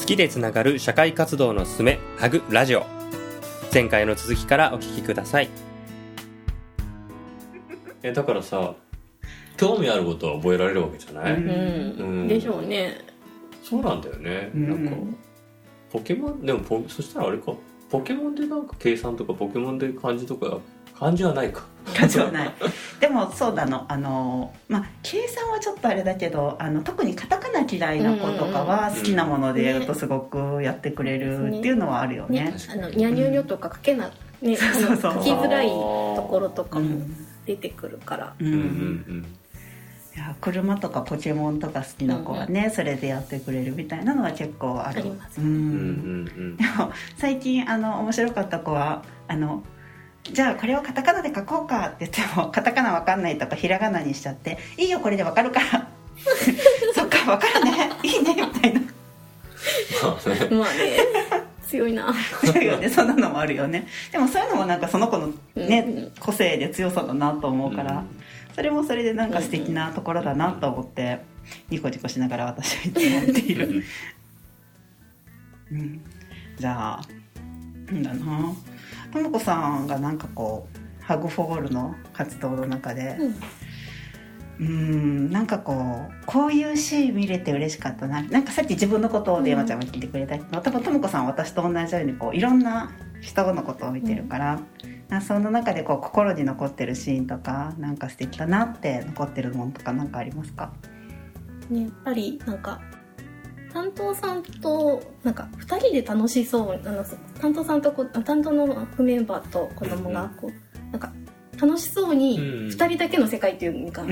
きでつながる社会活動のすすめハグラジオ。前回の続きからお聞きください。だからさ、興味あることは覚えられるわけじゃない？ でしょうね。 そうなんだよね。なんかポケモンでもそしたらあれか、ポケモンでなんか計算とかポケモンで漢字とか、漢字はないか。 漢字はない。でもそうだ計算はちょっとあれだけど、特にカタカナ嫌いな子とかは好きなものでやるとすごくやってくれるっていうのはあるよね。 ニャニュニョとか書けな、ね、書きづらいところとかも出てくるから。いや、車とかポケモンとか好きな子はね、それでやってくれるみたいなのは結構ある。 あります。 でも最近面白かった子はじゃあこれをカタカナで書こうかって言ってもカタカナわかんないとかひらがなにしちゃって、いいよこれでわかるからそっかわかるね、いいねみたいなまあね強いな。 強いよね。そんなのもあるよね。でもそういうのもなんかその子のね、個性で強さだなと思うから、それもそれでなんか素敵なところだなと思ってニコニコしながら私はいつも見ているじゃあなんだな、ともこさんがなんかこうハグフォールの活動の中でなんかこういうシーン見れて嬉しかったな。なんかさっき自分のことで山ちゃんも聞いてくれたけど、多分ともこさんは私と同じようにこういろんな人のことを見てるから、その中でこう心に残ってるシーンとか、なんか素敵だなって残ってるものとかなんかありますか？ ね、やっぱりなんか担当さんとなんか2人で楽しそう、担当さんと担当のメンバーと子供がこうなんか楽しそうに2人だけの世界っていうか、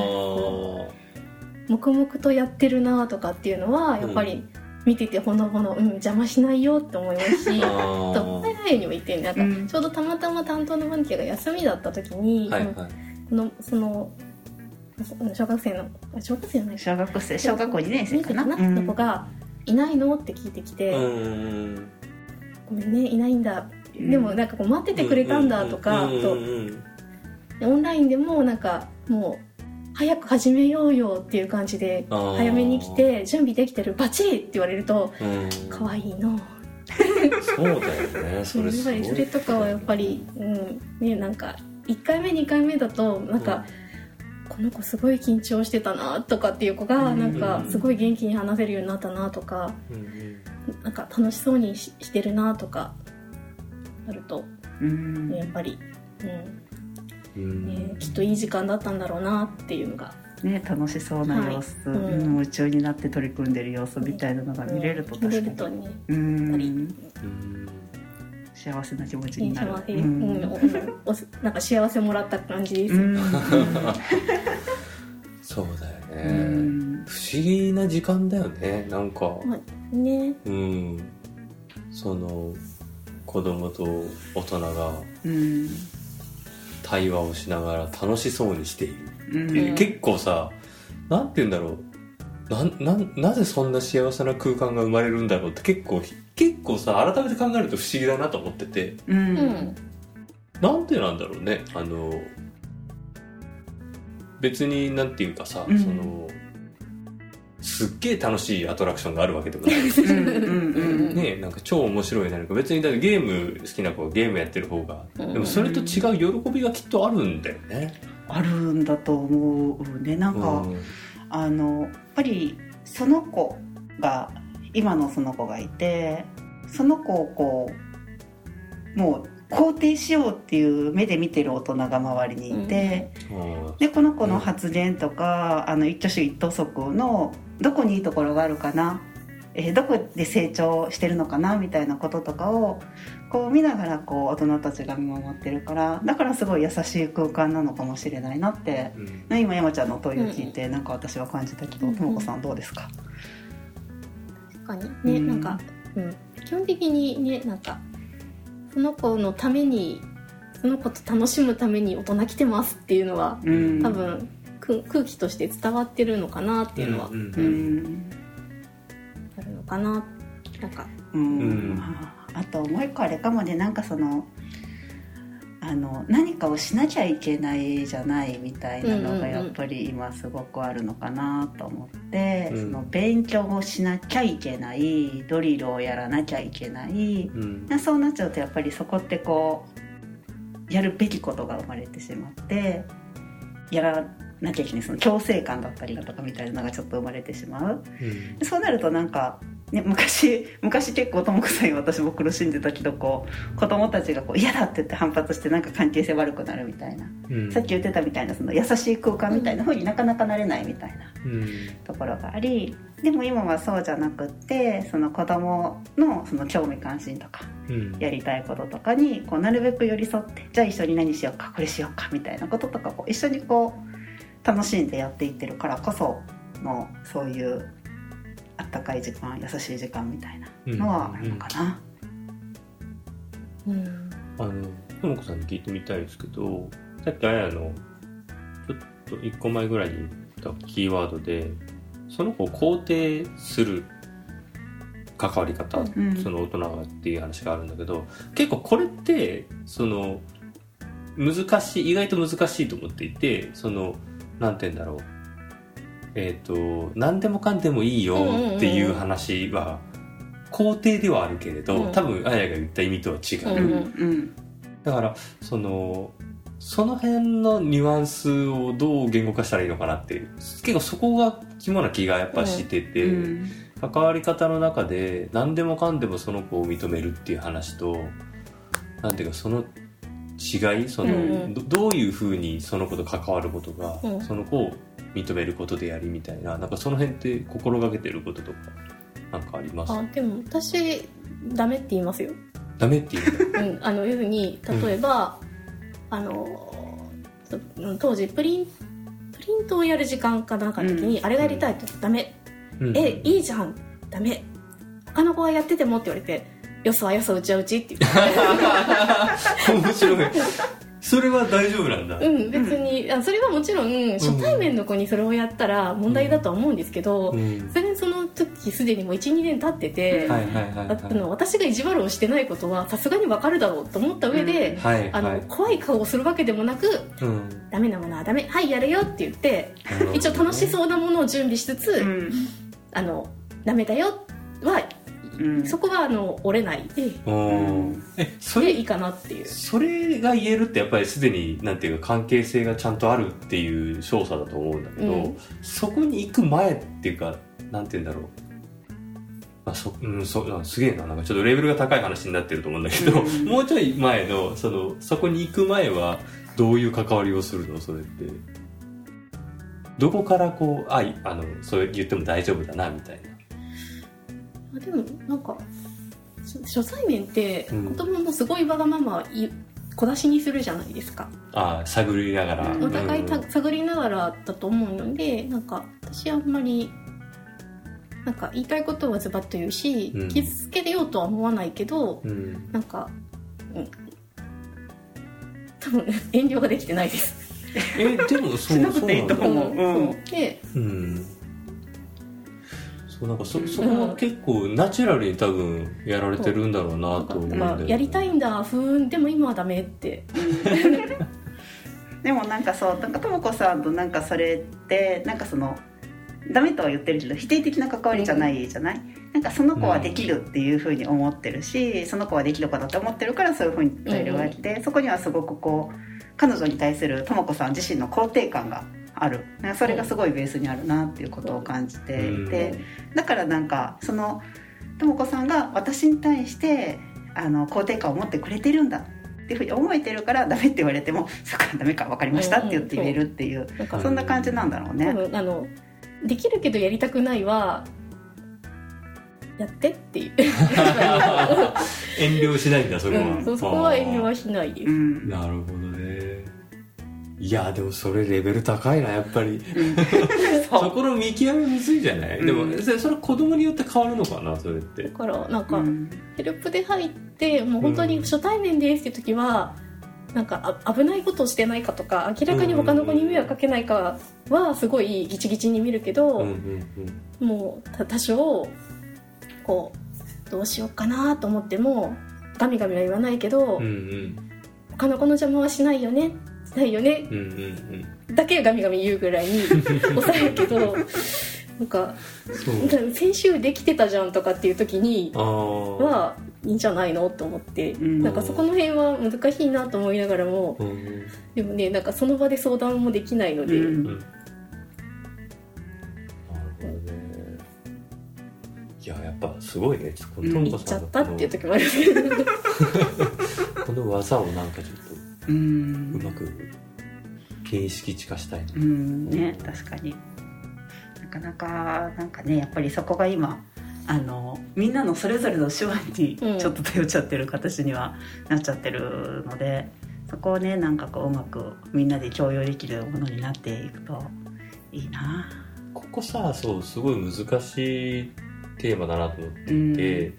黙々とやってるなとかっていうのはやっぱり見ててほのぼの、邪魔しないよって思いますし、あと前にも言ってなんかちょうどたまたま担当のマンキが休みだった時に、その小学生小学校2年生かな、の子がいないのって聞いてきて、ごめんねいないんだ、でもなんかこう待っててくれたんだとか、オンラインでもなんかもう早く始めようよっていう感じで早めに来て準備できてるバチリって言われると可愛いの。 そうだよね。それとかはやっぱり、ね、なんか1回目2回目だとなんか、この子すごい緊張してたなとかっていう子がなんかすごい元気に話せるようになったなとか、なんか楽しそうにしてるなとかあると、やっぱり、きっといい時間だったんだろうなっていうのが、 ね、楽しそうな様子、夢中になって取り組んでる様子みたいなのが見れると確かに、やっぱり幸せな気持ちになる。 なんか幸せもらった感じです。 そうだよね。不思議な時間だよね。なんか、 ね、 その子供と大人が対話をしながら楽しそうにしている。結構さ、なんて言うんだろう。なぜそんな幸せな空間が生まれるんだろうって結構さ、改めて考えると不思議だなと思ってて、なんでなんだろうね。別になんていうかさ、すっげえ楽しいアトラクションがあるわけでもないしね、なんか超面白い何か、別にだってゲーム好きな子はゲームやってる方が、でもそれと違う喜びがきっとあるんだよね。 あるんだと思うね。なんか、やっぱりその子が今のその子がいて、その子をこうもう肯定しようっていう目で見てる大人が周りにいて、でこの子の発言とか、一挙手一投足のどこにいいところがあるかな、どこで成長してるのかなみたいなこととかをこう見ながらこう大人たちが見守ってるから、だからすごい優しい空間なのかもしれないなって、今山ちゃんの問いを聞いてなんか私は感じたけど、ともこさんどうですか？ 確かにね、なんか、基本的にね、なんかその子のために、その子と楽しむために大人来てますっていうのは、多分空気として伝わってるのかなっていうのは、あるのかな、なんか、 あともう一個あれかもね、なんかその何かをしなきゃいけないじゃないみたいなのがやっぱり今すごくあるのかなと思って、その勉強をしなきゃいけない、ドリルをやらなきゃいけない、そうなっちゃうとやっぱりそこってこうやるべきことが生まれてしまって、やらなきゃいけない、その強制感だったりだとかみたいなのがちょっと生まれてしまう、そうなるとなんかね、昔結構ともこさんに私も苦しんでたけど、こう子供たちがこう嫌だって言って反発してなんか関係性悪くなるみたいな、さっき言ってたみたいなその優しい空間みたいな風になかなかなれないみたいなところがあり、でも今はそうじゃなくって、その子供のその興味関心とか、やりたいこととかにこうなるべく寄り添って、じゃあ一緒に何しようか、これしようかみたいなこととかこう一緒にこう楽しんでやっていってるからこその、そういうあったかい時間、優しい時間みたいなのはあるのかな。 ともこさんに聞いてみたいですけど、さっきあやのちょっと1個前ぐらいに言ったキーワードで、その子を肯定する関わり方、その大人がっていう話があるんだけど、結構これってその難しい、意外と難しいと思っていて、そのなんて言うんだろう、何でもかんでもいいよっていう話は肯定ではあるけれど、多分あやが言った意味とは違う、だからその辺のニュアンスをどう言語化したらいいのかなっていう、結構そこが肝な気がやっぱしてて、関わり方の中で何でもかんでもその子を認めるっていう話と、なんていうかその違い、その、どういうふうにその子と関わることが、その子を認めることでありみたいな、なんかその辺って心がけてることとかなんかあります？ でも私ダメって言いますよ。 ダメって言うんだ。 いうふうに例えば、当時プリントをやる時間かなんかの時に、あれがやりたいとダメ、いいじゃんダメ、他の子はやっててもって言われて、よそはよそうちはうちって言って面白い。それは大丈夫なんだ。 別にそれはもちろん初対面の子にそれをやったら問題だとは思うんですけど、その時すでにもう 1,2 年経ってて、私が意地悪をしてないことはさすがに分かるだろうと思った上で、怖い顔をするわけでもなく、ダメなものはダメ、はいやれよって言って、一応楽しそうなものを準備しつつ、ダメだよはそこは折れないで、それでいいかなっていう。 それが言えるってやっぱりすでになんていうか関係性がちゃんとあるっていう証左だと思うんだけど、そこに行く前っていうか、なんていうんだろう、すげえな、なんかちょっとレベルが高い話になってると思うんだけど、もうちょい前のそこに行く前はどういう関わりをするの？それってどこからこうそう言っても大丈夫だなみたいな。 でもなんか初対面って子供もすごいわがまま小出しにするじゃないですか。 探りながら、 お互い探りながらだと思うので、なんか私はあんまりなんか言いたいことはズバッと言うし、傷つけようとは思わないけど、なんか、多分遠慮ができてないです。 でもしなくていいと思う。 なんかそこは結構ナチュラルに多分やられてるんだろうなと思うんだよね。 やりたいんだでも今はダメってでもなんかそう、なんかともこさんとなんかそれってなんかそのダメとは言ってるけど否定的な関わりじゃないじゃない、なんかその子はできるっていうふうに思ってるし、その子はできる子だと思ってるからそういうふうに伝えるわけで、そこにはすごくこう彼女に対するともこさん自身の肯定感がある、それがすごいベースにあるなっていうことを感じていて、だからなんかそのともこさんが私に対して肯定感を持ってくれてるんだっていうふうに思えてるから、ダメって言われてもそっかダメか分かりましたって言って言えるっていう、そんな感じなんだろうね。 できるけどやりたくないはやってっていう遠慮しないんだそれは、 そこは遠慮はしないです、 なるほどね。いやでもそれレベル高いなやっぱりそこの見極めむずいじゃない、でもそれ子供によって変わるのかなそれって。 だからなんか、ヘルプで入ってもう本当に初対面ですっていう時は、なんか危ないことをしてないかとか明らかに他の子に迷惑かけないかはすごいギチギチに見るけど、もう多少こうどうしようかなと思ってもガミガミは言わないけど、他他の子の邪魔はしないよねないよね、だけガミガミ言うぐらいに抑えるけどなんか先週できてたじゃんとかっていう時にはいいんじゃないのと思って、なんかそこの辺は難しいなと思いながらも、でもねなんかその場で相談もできないので、 いややっぱすごいね、このトンコさんの言っちゃったっていう時もあるけどこの技をなんかちょっとうまく形式化したいな。 ね、確かになかなかなんかねやっぱりそこが今みんなのそれぞれの手話にちょっと頼っちゃってる形にはなっちゃってるので、そこをねなんかこううまくみんなで共有できるものになっていくといいな。 ここさ、そうすごい難しいテーマだなと思っていて、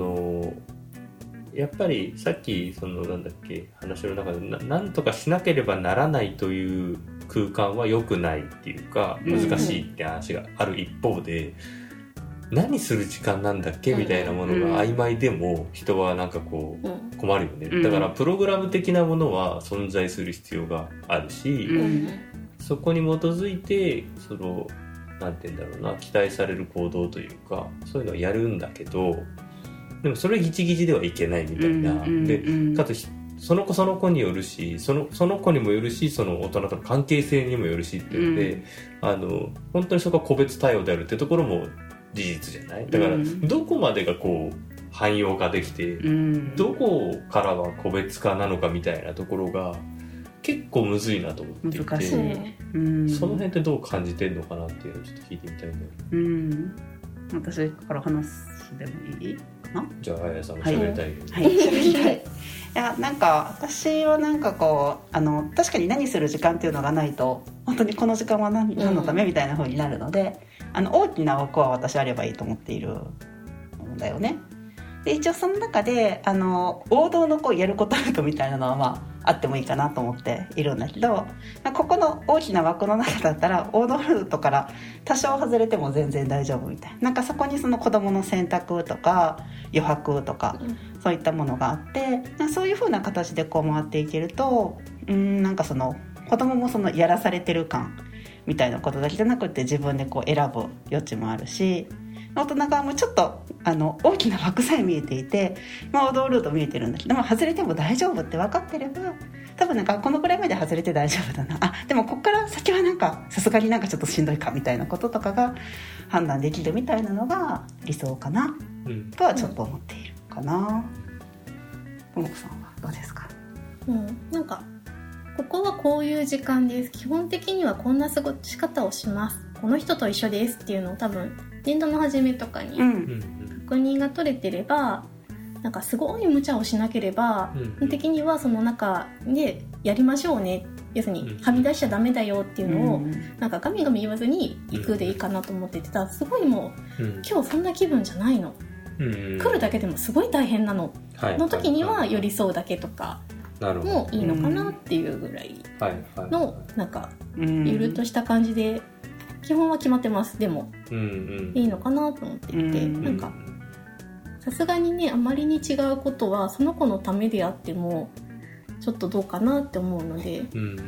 やっぱりさっきなんだっけ話の中でなんとかしなければならないという空間は良くないっていうか難しいって話がある一方で、何する時間なんだっけみたいなものが曖昧でも人はなんかこう困るよね。だからプログラム的なものは存在する必要があるし、そこに基づいてなんて言うんだろうな、期待される行動というかそういうのをやるんだけど、でもそれギチギチではいけないみたいな、でかつその子によるしその子にもよるし、その大人との関係性にもよるしっていうので、本当にそこは個別対応であるってところも事実じゃない。だからどこまでがこう汎用化できて、どこからは個別化なのかみたいなところが結構むずいなと思っていて、 難しい、 その辺ってどう感じてるのかなっていうのをちょっと聞いてみたいんだよね。 私から話でもいいかな。 じゃああやさんも喋りたいよね。 はい、喋りたい。いやなんか私はなんかこう確かに何する時間っていうのがないと本当にこの時間は何のためみたいな風になるので、大きな枠は私あればいいと思っているんだよね。で一応その中で王道のこうやることあるとみたいなのはまああってもいいかなと思っているんだけど、ここの大きな枠の中だったら王道ルートから多少外れても全然大丈夫みたいな、なんかそこにその子どもの選択とか余白とか、そういったものがあって、そういう風な形でこう回っていけるとなんかその子どももそのやらされてる感みたいなことだけじゃなくて自分でこう選ぶ余地もあるし、大人側もちょっと大きな枠さえ見えていて、王道ルート見えてるんだけど、外れても大丈夫って分かってれば多分なんかこのくらいまで外れて大丈夫だな、でもこっから先はなんかさすがになんかちょっとしんどいかみたいなこととかが判断できるみたいなのが理想かな、とはちょっと思っているかな。ともこさんはどうですか？ なんかここはこういう時間です、基本的にはこんな過ごし方をします、この人と一緒ですっていうのを多分年度の初めとかに確認が取れてれば、なんかすごい無茶をしなければ、基本的にはその中でやりましょうね、要するにはみ出しちゃダメだよっていうのをなんかガミガミ言わずに行くでいいかなと思ってて、ただすごいもう今日そんな気分じゃないの、来るだけでもすごい大変なのの時には寄り添うだけとかもいいのかなっていうぐらいのなんかゆるっとした感じで基本は決まってます。でもいいのかなと思っていて、なんかさすがにねあまりに違うことはその子のためであってもちょっとどうかなって思うので、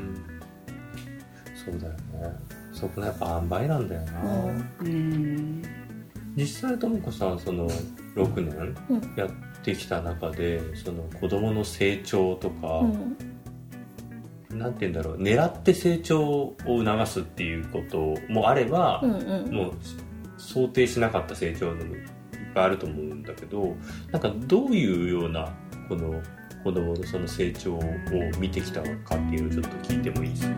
そうだよね。そこはやっぱ塩梅なんだよな。実際ともこさんその6年やってきた中で、その子供の成長とか、なんて言うんだろう、狙って成長を促すっていうこともあれば、もう想定しなかった成長のがあると思うんだけど、なんかどういうようなこの子供のその成長を見てきたかっていうのをちょっと聞いてもいいですか？